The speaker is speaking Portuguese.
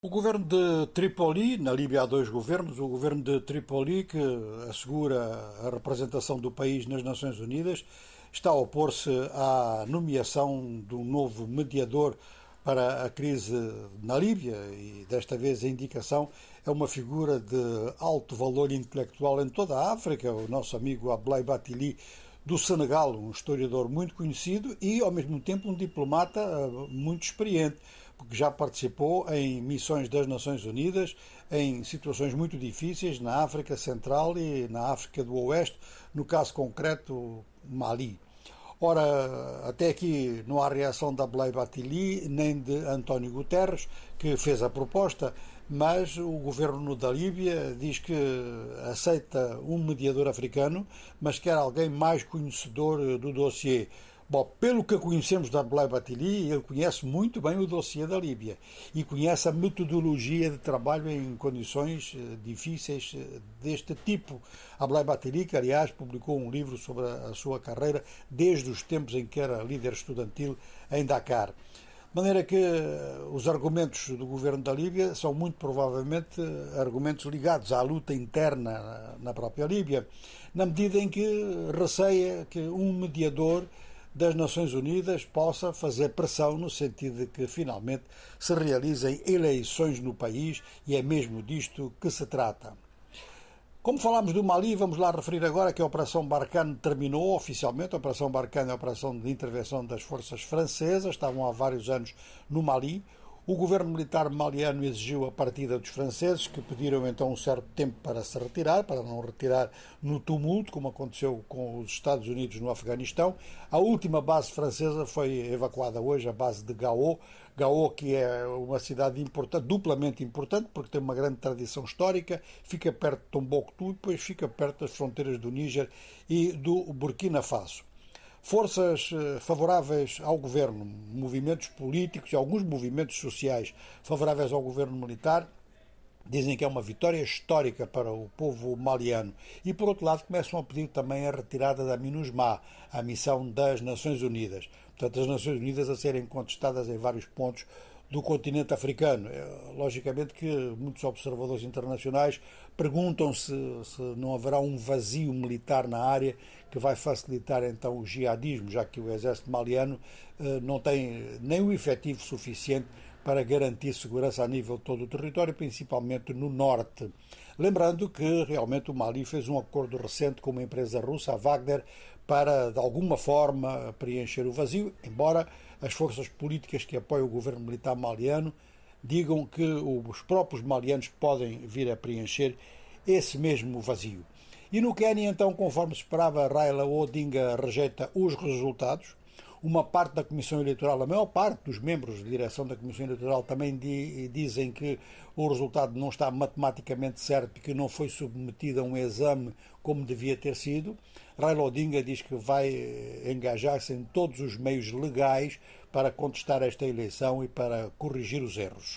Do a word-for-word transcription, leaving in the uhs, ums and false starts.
O governo de Trípoli, na Líbia há dois governos, o governo de Trípoli, que assegura a representação do país nas Nações Unidas, está a opor-se à nomeação de um novo mediador para a crise na Líbia e desta vez a indicação é uma figura de alto valor intelectual em toda a África, o nosso amigo Ablaye Bathily do Senegal, um historiador muito conhecido e ao mesmo tempo um diplomata muito experiente, porque já participou em missões das Nações Unidas em situações muito difíceis na África Central e na África do Oeste, no caso concreto Mali. Ora, até aqui não há reação da Ablaye Bathily nem de António Guterres, que fez a proposta, mas o governo da Líbia diz que aceita um mediador africano, mas quer alguém mais conhecedor do dossiê. Bom, pelo que conhecemos da Ablaye Bathily, ele conhece muito bem o dossiê da Líbia e conhece a metodologia de trabalho em condições difíceis deste tipo. Ablaye Bathily, que aliás publicou um livro sobre a sua carreira desde os tempos em que era líder estudantil em Dakar. De maneira que os argumentos do governo da Líbia são muito provavelmente argumentos ligados à luta interna na própria Líbia, na medida em que receia que um mediador das Nações Unidas possa fazer pressão no sentido de que finalmente se realizem eleições no país e é mesmo disto que se trata. Como falámos do Mali, vamos lá referir agora que a Operação Barkhane terminou oficialmente. A Operação Barkhane é a operação de intervenção das forças francesas, estavam há vários anos no Mali. O governo militar maliano exigiu a partida dos franceses, que pediram então um certo tempo para se retirar, para não retirar no tumulto, como aconteceu com os Estados Unidos no Afeganistão. A última base francesa foi evacuada hoje, a base de Gao. Gao, que é uma cidade importante, duplamente importante, porque tem uma grande tradição histórica, fica perto de Tombouctou e depois fica perto das fronteiras do Níger e do Burkina Faso. Forças favoráveis ao governo, movimentos políticos e alguns movimentos sociais favoráveis ao governo militar, dizem que é uma vitória histórica para o povo maliano. E, por outro lado, começam a pedir também a retirada da MINUSMA, a missão das Nações Unidas. Portanto, as Nações Unidas a serem contestadas em vários pontos do continente africano. Logicamente que muitos observadores internacionais perguntam-se se não haverá um vazio militar na área que vai facilitar então o jihadismo, já que o exército maliano não tem nem o efetivo suficiente para garantir segurança a nível de todo o território, principalmente no norte. Lembrando que realmente o Mali fez um acordo recente com uma empresa russa, a Wagner, para de alguma forma preencher o vazio, embora as forças políticas que apoiam o governo militar maliano digam que os próprios malianos podem vir a preencher esse mesmo vazio. E no Quênia, então, conforme se esperava, Raila Odinga rejeita os resultados. Uma parte da Comissão Eleitoral, a maior parte dos membros de direção da Comissão Eleitoral também di, dizem que o resultado não está matematicamente certo e que não foi submetido a um exame como devia ter sido. Raila Odinga diz que vai engajar-se em todos os meios legais para contestar esta eleição e para corrigir os erros.